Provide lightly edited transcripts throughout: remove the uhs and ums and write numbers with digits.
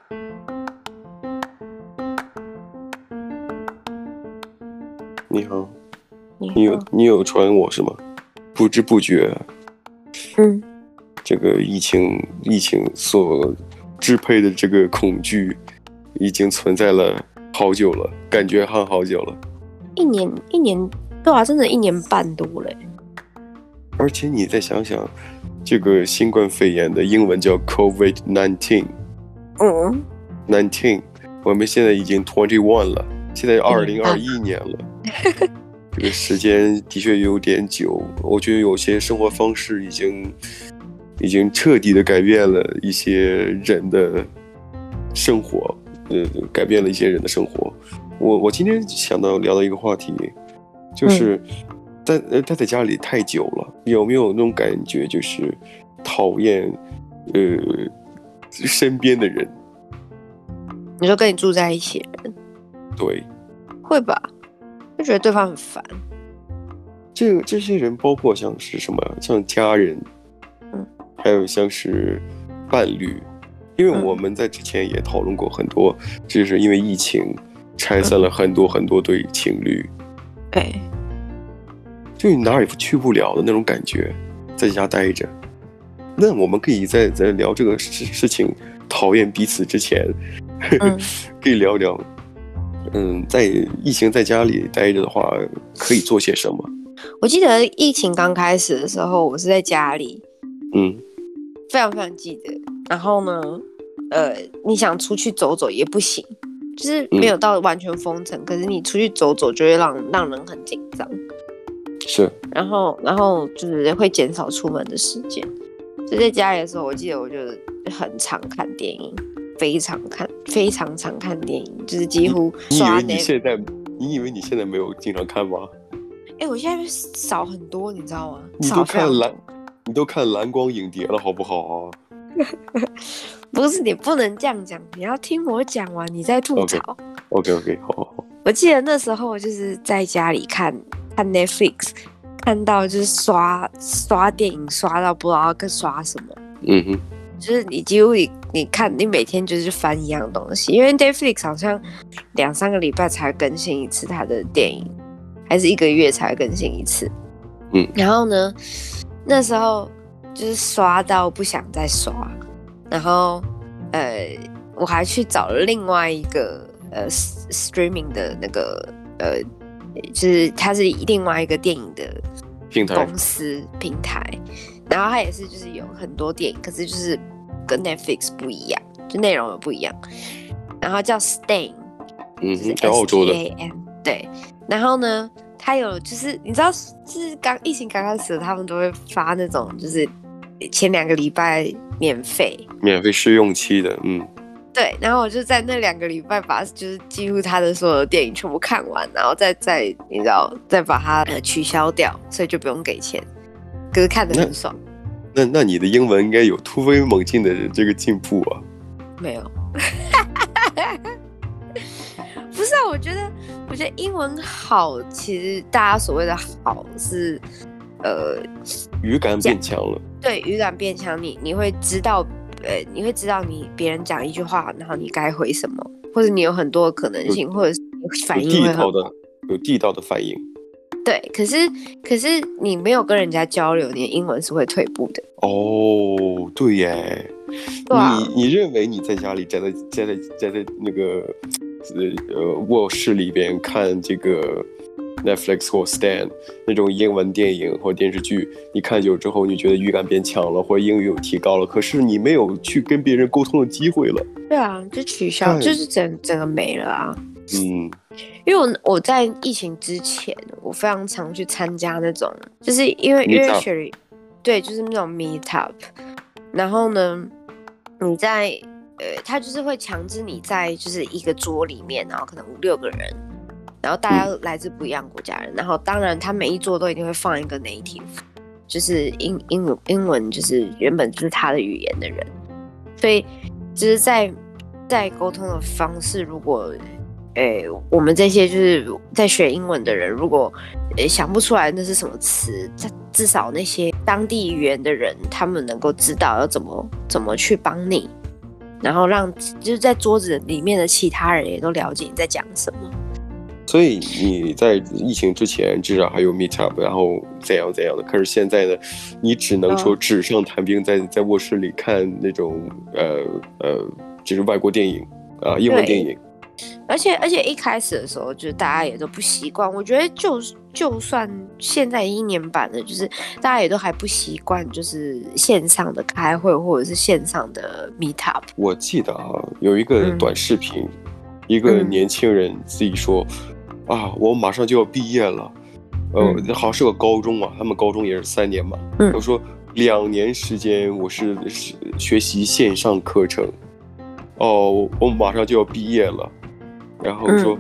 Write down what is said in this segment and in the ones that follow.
你好，你有传我是吗？不知不觉，这个疫情所支配的这个恐惧，已经存在了好久了，感觉好久了。 一年，对啊，真的1年半多嘞。 而且你再想想，这个新冠肺炎的英文叫 COVID-19， 19，我们现在已经21了，现在2021年了。这个时间的确有点久，我觉得有些生活方式已经彻底的改变了一些人的生活，改变了一些人的生活。我今天聊到一个话题，就是待在家里太久了，有没有那种感觉，就是讨厌身边的人？ 你说跟你住在一起的人？对，会吧？就觉得对方很烦。 这些人包括像是什么，像家人，还有像是伴侣，因为我们在之前也讨论过很多，就是因为疫情拆散了很多对情侣，就你哪儿也去不了的那种感觉，在家待着。那我们可以在聊这个事情，讨厌彼此之前，可以聊聊。在疫情在家里待着的话，可以做些什么？ 我记得疫情刚开始的时候，我是在家里，非常非常记得。然后呢，你想出去走走也不行，就是没有到完全封城，可是你出去走走就会让人很紧张。 是。然后就是会减少出门的时间。所以在家里的时候，我记得我就很常看电影。非常常看电影，就是几乎刷。 你以为你现在没有经常看吗？ 我现在少很多，你知道吗？ 你都看蓝光影碟了，好不好啊？ 不是，你不能这样讲，你要听我讲完，你再吐槽。 OK， 好。 我记得那时候就是在家里看 Netflix， 看到就是刷电影，刷到不知道该刷什么。就是你几乎你每天就是翻一样东西，因为 Netflix 好像2-3个礼拜才更新一次它的电影，还是1个月才更新一次。然后呢，那时候就是刷到不想再刷，然后我还去找了另外一个streaming 的那个就是它是另外一个电影的公司平台。然后它也是就是有很多电影，可是就是跟 Netflix 不一样，就内容也不一样。然后叫 Stan， 就是澳洲的。 对。然后呢，它有就是你知道，就是疫情刚开始，他们都会发那种就是前2个礼拜免费试用期的， 对。然后我就在那2个礼拜把就是几乎他的所有的电影全部看完，然后再你知道再把它取消掉，所以就不用给钱。可是看得很爽。 那你的英文应该有突飞猛进的这个进步啊？ 没有。不是啊，我觉得英文好，其实大家所谓的好是语感变强了。 对，语感变强，你会知道你别人讲一句话，然后你该回什么，或者你有很多的可能性，或者是反应会有地道的反应。 对，可是你没有跟人家交流，你的英文是会退步的。 对耶。对啊。你认为你在家里站在那个卧室里边看这个 Netflix 或 Stan 那种英文电影或电视剧，你看久之后，你觉得语感变强了，或者英语有提高了，可是你没有去跟别人沟通的机会了。 对啊，就取消，就是整个没了啊。因为我在疫情之前，我非常常去参加那种，就是因为雪梨，对，就是那种 meet up。然后呢，你在他就是会强制你在就是一个桌里面，然后可能5-6个人，然后大家来自不一样国家人，然后当然他每一桌都一定会放一个 native， 就是英文就是原本就是他的语言的人，所以就是在沟通的方式，如果我们这些就是在学英文的人，如果想不出来那是什么词，至少那些当地语言的人，他们能够知道要怎么去帮你， 然后让就是在桌子里面的其他人也都了解你在讲什么。 所以你在疫情之前至少还有 Meetup， 然后怎样怎样的。可是现在呢，你只能说纸上谈兵，在卧室里看那种就是外国电影啊，英文电影。 而且一开始的时候，就是大家也都不习惯。我觉得就算现在1年半了，就是大家也都还不习惯，就是线上的开会或者是线上的 Meetup。 我记得有一个短视频，一个年轻人自己说。我马上就要毕业了，好像是个高中他们高中也是3年嘛。我说2年时间我是学习线上课程，我马上就要毕业了，然后说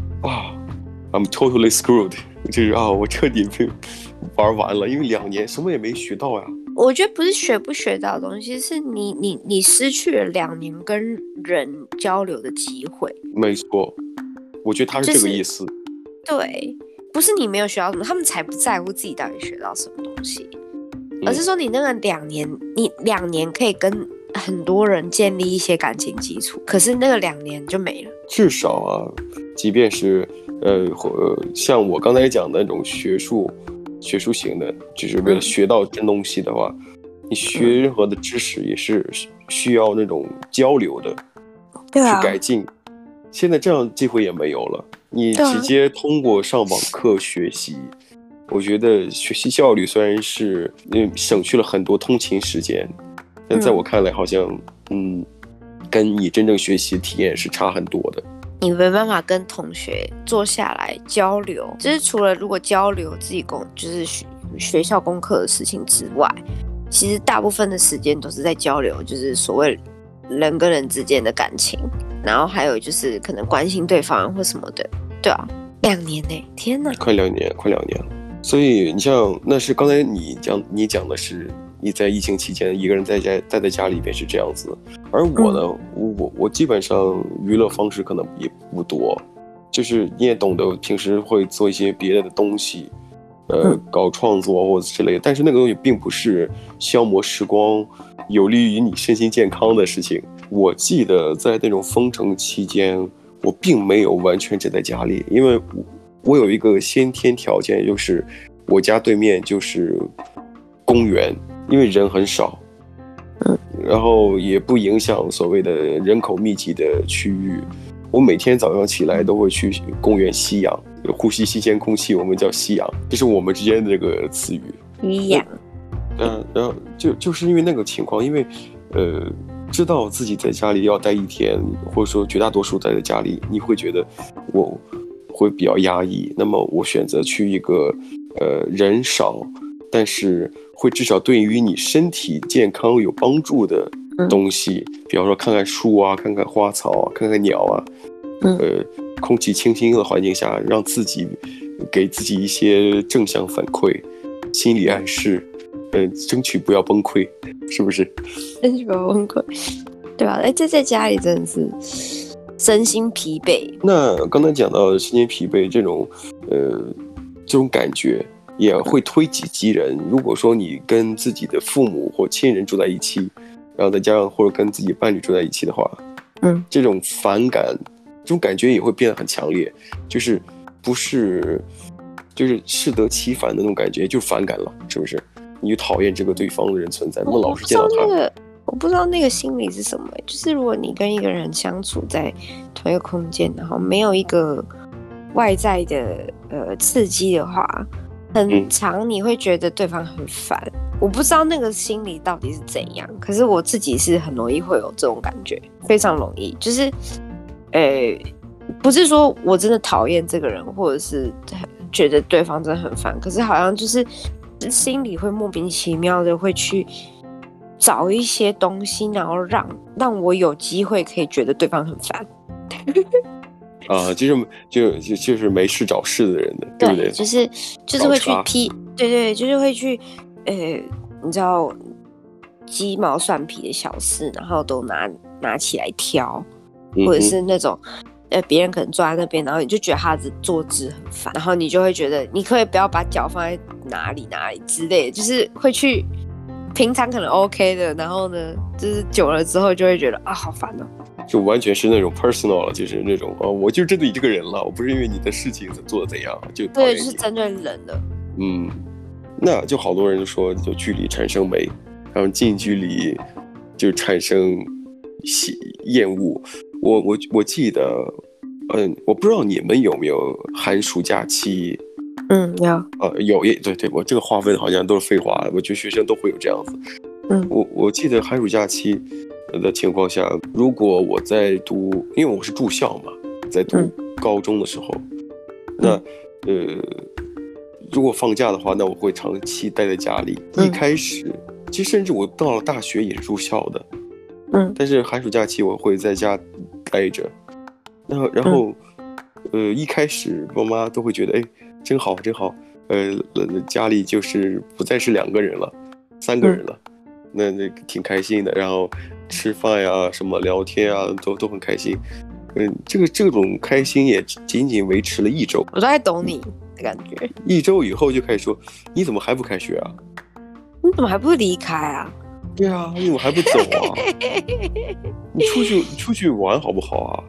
I'm totally screwed， 就是我彻底被玩完了，因为2年什么也没学到呀。 我觉得不是学不学到的东西，是你失去了2年跟人交流的机会。 没错，我觉得他是这个意思。 对，不是你没有学到什么，他们才不在乎自己到底学到什么东西，而是说你那个2年，你2年可以跟很多人建立一些感情基础，可是那个2年就没了。 至少即便是像我刚才讲的那种学术型的，就是为了学到真东西的话，你学任何的知识也是需要那种交流的，去改进。现在这样机会也没有了。你直接通过上网课学习，我觉得学习效率虽然是省去了很多通勤时间，但在我看来好像跟你真正学习体验是差很多的。 你没办法跟同学坐下来交流，就是除了如果交流自己就是学校功课的事情之外，其实大部分的时间都是在交流，就是所谓人跟人之间的感情，然后还有就是可能关心对方或什么的。对啊，2年呢，天哪， 快2年了。所以你像那是刚才你讲的是你在疫情期间一个人待在家里边是这样子，而我呢，我基本上娱乐方式可能也不多，就是你也懂得平时会做一些别的东西，搞创作或者之类的，但是那个东西并不是消磨时光、有利于你身心健康的事情。我记得在那种封城期间，我并没有完全宅在家里，因为我有一个先天条件，就是我家对面就是公园，因为人很少，然后也不影响所谓的人口密集的区域。我每天早上起来都会去公园吸氧，呼吸新鲜空气，我们叫吸氧，这是我们之间的这个词语。 吸氧。 然后就是因为那个情况，因为知道自己在家里要待1天，或者说绝大多数待在家里，你会觉得我会比较压抑。那么我选择去一个人少，但是会至少对于你身体健康有帮助的东西，比方说看看树看看花草看看鸟空气清新的环境下，让自己给自己一些正向反馈、心理暗示，争取不要崩溃，是不是？ 争取不要崩溃，对吧？在家里真的是身心疲惫。 那刚才讲到身心疲惫这种感觉，也会推己及人。如果说你跟自己的父母或亲人住在一起，然后再加上或者跟自己伴侣住在一起的话，这种反感，这种感觉也会变得很强烈，就是不是，就是适得其反的那种感觉，就反感了，是不是？你就讨厌这个对方的人存在，那么老是见到他。 我不知道那个心理是什么，就是如果你跟一个人相处在同一个空间，然后没有一个外在的刺激的话，很常你会觉得对方很烦。我不知道那个心理到底是怎样，可是我自己是很容易会有这种感觉，非常容易。就是不是说我真的讨厌这个人，或者是觉得对方真的很烦，可是好像就是心里会莫名其妙的会去找一些东西，然后让我有机会可以觉得对方很烦。 就是没事找事的人的，对不对？ 就是会去批，对，就是会去你知道鸡毛蒜皮的小事，然后都拿起来挑，或者是那种别人可能坐在那边，然后你就觉得他的坐姿很烦，然后你就会觉得你可以不要把脚放在哪里之类的，就是会去平常可能 OK 的，然后呢，就是久了之后就会觉得啊，好烦哦。 就完全是那种 personal 了，就是那种我就针对你这个人了，我不是因为你的事情做的怎样就讨厌你。 对，就是针对人的。 那就好多人说，就距离产生美，然后近距离就产生厌恶。我记得，我不知道你们有没有寒暑假期。有。对，我这个划分好像都是废话，我觉得学生都会有这样子。我记得寒暑假期的情况下，如果我在读，因为我是住校嘛，在读高中的时候，那如果放假的话，那我会长期待在家里。一开始，其实甚至我到了大学也是住校的，但是寒暑假期我会在家待着。然后，一开始爸妈都会觉得，哎，真好，家里就是不再是2个人了，3个人了，那挺开心的。然后吃饭呀、什么聊天啊，都很开心。这种开心也仅仅维持了1周。 我都在懂你的感觉。 1周以后就开始说，你怎么还不开学啊？ 你怎么还不离开啊？ 对啊，你怎么还不走啊？你出去玩好不好啊？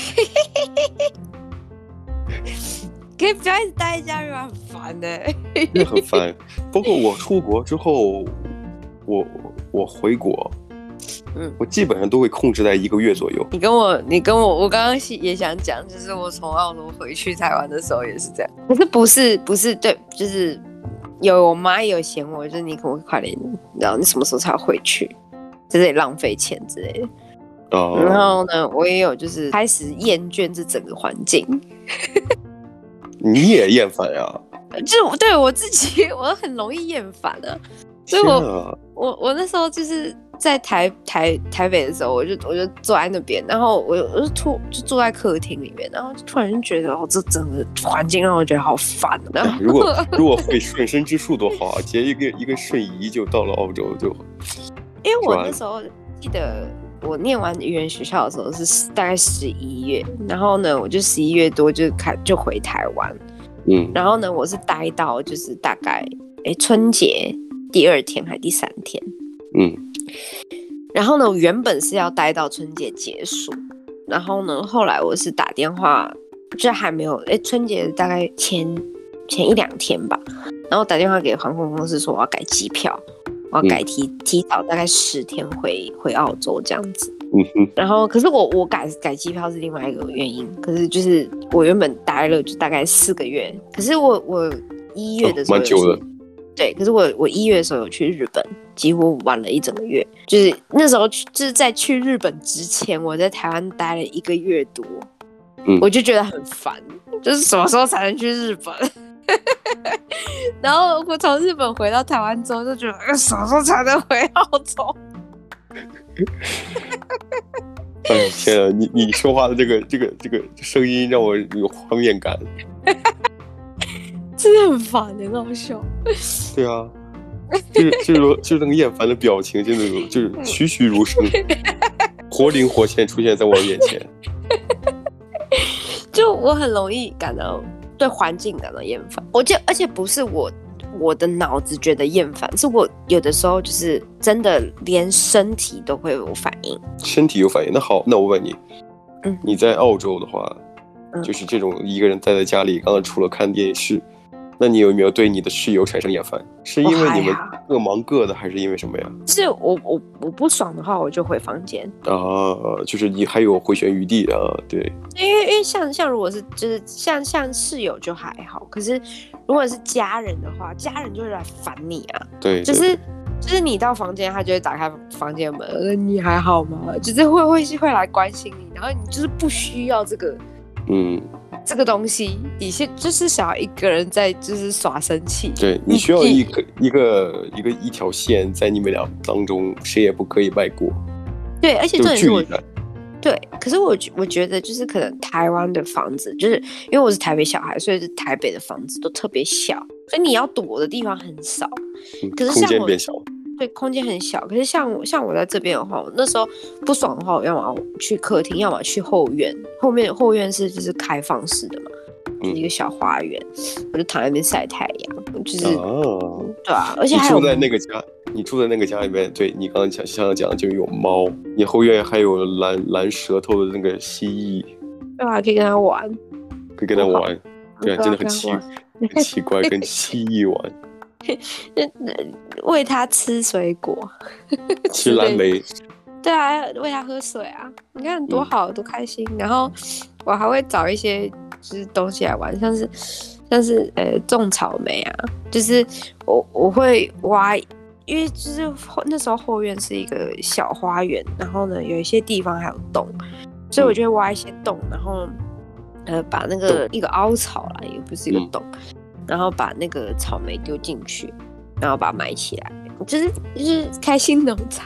可以不要一直待在家里吗？很烦欸。 也很烦。包括我出国之后，我回国，我基本上都会控制在1个月左右。 你跟我，我刚刚也想讲，就是我从澳洲回去台湾的时候也是这样。可是不是对，就是我妈也有嫌我，就是你可不可以快点，然后你什么时候才回去，在这里浪费钱之类的。然后呢，我也有就是开始厌倦这整个环境。 你也厌烦呀？ 就对我自己，我很容易厌烦的。所以我那时候就是在台北的时候，我就坐在那边，然后我就坐在客厅里面，然后突然就觉得这整个环境让我觉得好烦。然后如果会瞬身之术的话，结一个瞬移就到了澳洲就。 因为我那时候记得我念完语言学校的时候是大概11月，然后呢，我就11月多就回台湾，然后呢，我是待到就是大概春节第2天还第3天，然后呢，我原本是要待到春节结束，然后呢，后来我是打电话，就还没有春节大概前1-2天吧，然后打电话给航空公司说我要改机票。我要改提早大概10天回澳洲这样子，然后可是我改机票是另外一个原因，可是就是我原本待了就大概4个月，可是我1月的时候蛮久的， 对，可是我1月的时候有去日本，几乎玩了1整个月，就是那时候就是在去日本之前，我在台湾待了1个月多，我就觉得很烦，就是什么时候才能去日本？然后我从日本回到台湾之后，就觉得什么时候才能回澳洲？ 哎天啊，你说话的这个声音让我有画面感， 真的很烦，很好笑。 对啊，就是那个厌烦的表情，真的就是栩栩如生，活灵活现出现在我眼前。 就我很容易感到对环境感到厌烦，而且不是我的脑子觉得厌烦，是我有的时候就是真的连身体都会有反应。 身体有反应，那好，那我问你，你在澳洲的话，就是这种一个人待在家里，刚刚除了看电视，那你有没有对你的室友产生厌烦？是因为你们各忙各的，还是因为什么呀？ 是我不爽的话，我就回房间啊，就是你还有回旋余地啊，对。 因为像如果是就是像室友就还好，可是如果是家人的话，家人就会来烦你啊。 对， 就是你到房间，他就会打开房间门，你还好吗？就是会来关心你，然后你就是不需要这个。这个东西，你就是想要一个人在就是耍生气， 对，你需要一条线在你们俩当中，谁也不可以迈过。 对，而且重点是对，可是我觉得就是可能台湾的房子，就是因为我是台北小孩，所以是台北的房子都特别小，所以你要躲的地方很少。可是像空间变小。 对，空间很小。可是像我在这边的话，我那时候不爽的话，我要么去客厅，要么去后院。后院是就是开放式的嘛，就是一个小花园，我就躺在那边晒太阳，就是对啊，而且还有住在那个家， 你住在那个家里面，对你刚刚想讲就有猫，你后院还有蓝舌头的那个蜥蜴， 对啊，可以跟它玩， 对啊，真的很奇怪，跟蜥蜴玩。 喂它吃水果， 吃蓝莓。 对啊，喂它喝水啊，你看多好，多开心。然后我还会找一些就是东西来玩，像是种草莓啊，就是我会挖，因为就是那时候后院是一个小花园，然后呢有一些地方还有洞，所以我就会挖一些洞，然后把那个一个凹槽啦，也不是一个洞，然后把那个草莓丢进去，然后把它埋起来，就是开心农场。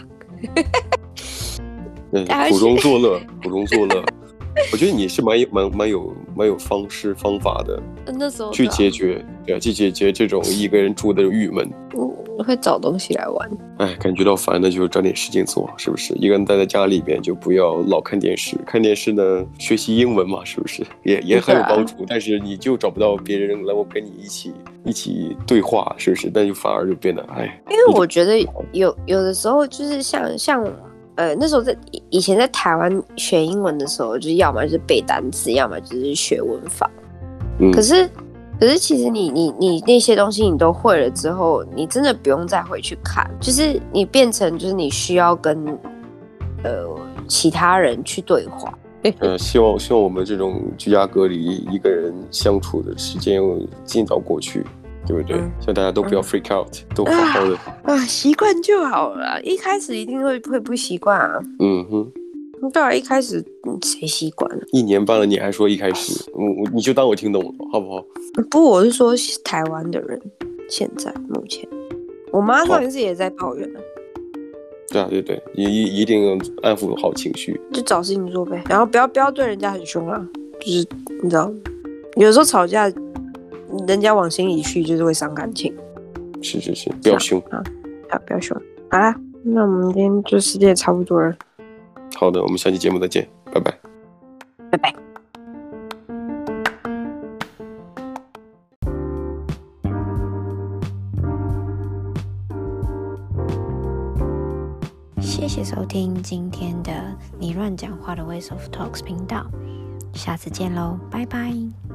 苦中作乐。我觉得你是蛮有方法的， 那时候去解决这种一个人住的郁闷。 我会找东西来玩。 哎，感觉到烦的就找点事情做，是不是？一个人待在家里边就不要老看电视，看电视呢学习英文嘛，是不是？也很有帮助，但是你就找不到别人来跟你一起对话，是不是？但就反而就变得因为我觉得有的时候就是像那时候以前在台湾学英文的时候，就是要么就是背单词，要么就是学文法。可是其实你那些东西你都会了之后，你真的不用再回去看，就是你变成就是你需要跟其他人去对话。 希望我们这种居家隔离一个人相处的时间尽早过去。对不对？希望大家都不要 freak out，都好好的习惯就好了。一开始一定会不习惯啊。对啊，一开始谁习惯了 ？1年半了，你还说一开始，你就当我听懂了，好不好？ 不，我是说台湾的人，现在目前，我妈上一次也在抱怨了。 对，一定安抚好情绪， 就找事情做呗，然后不要对人家很凶啦，就是你知道，有时候吵架。人家往心里去，就是会伤感情。 是，不要凶啊！不要凶。好啦，那我们今天就时间也差不多了。 好的，我们下期节目再见，拜拜。 拜拜。谢谢收听今天的你乱讲话的 Ways of Talks 频道，下次见喽，拜拜。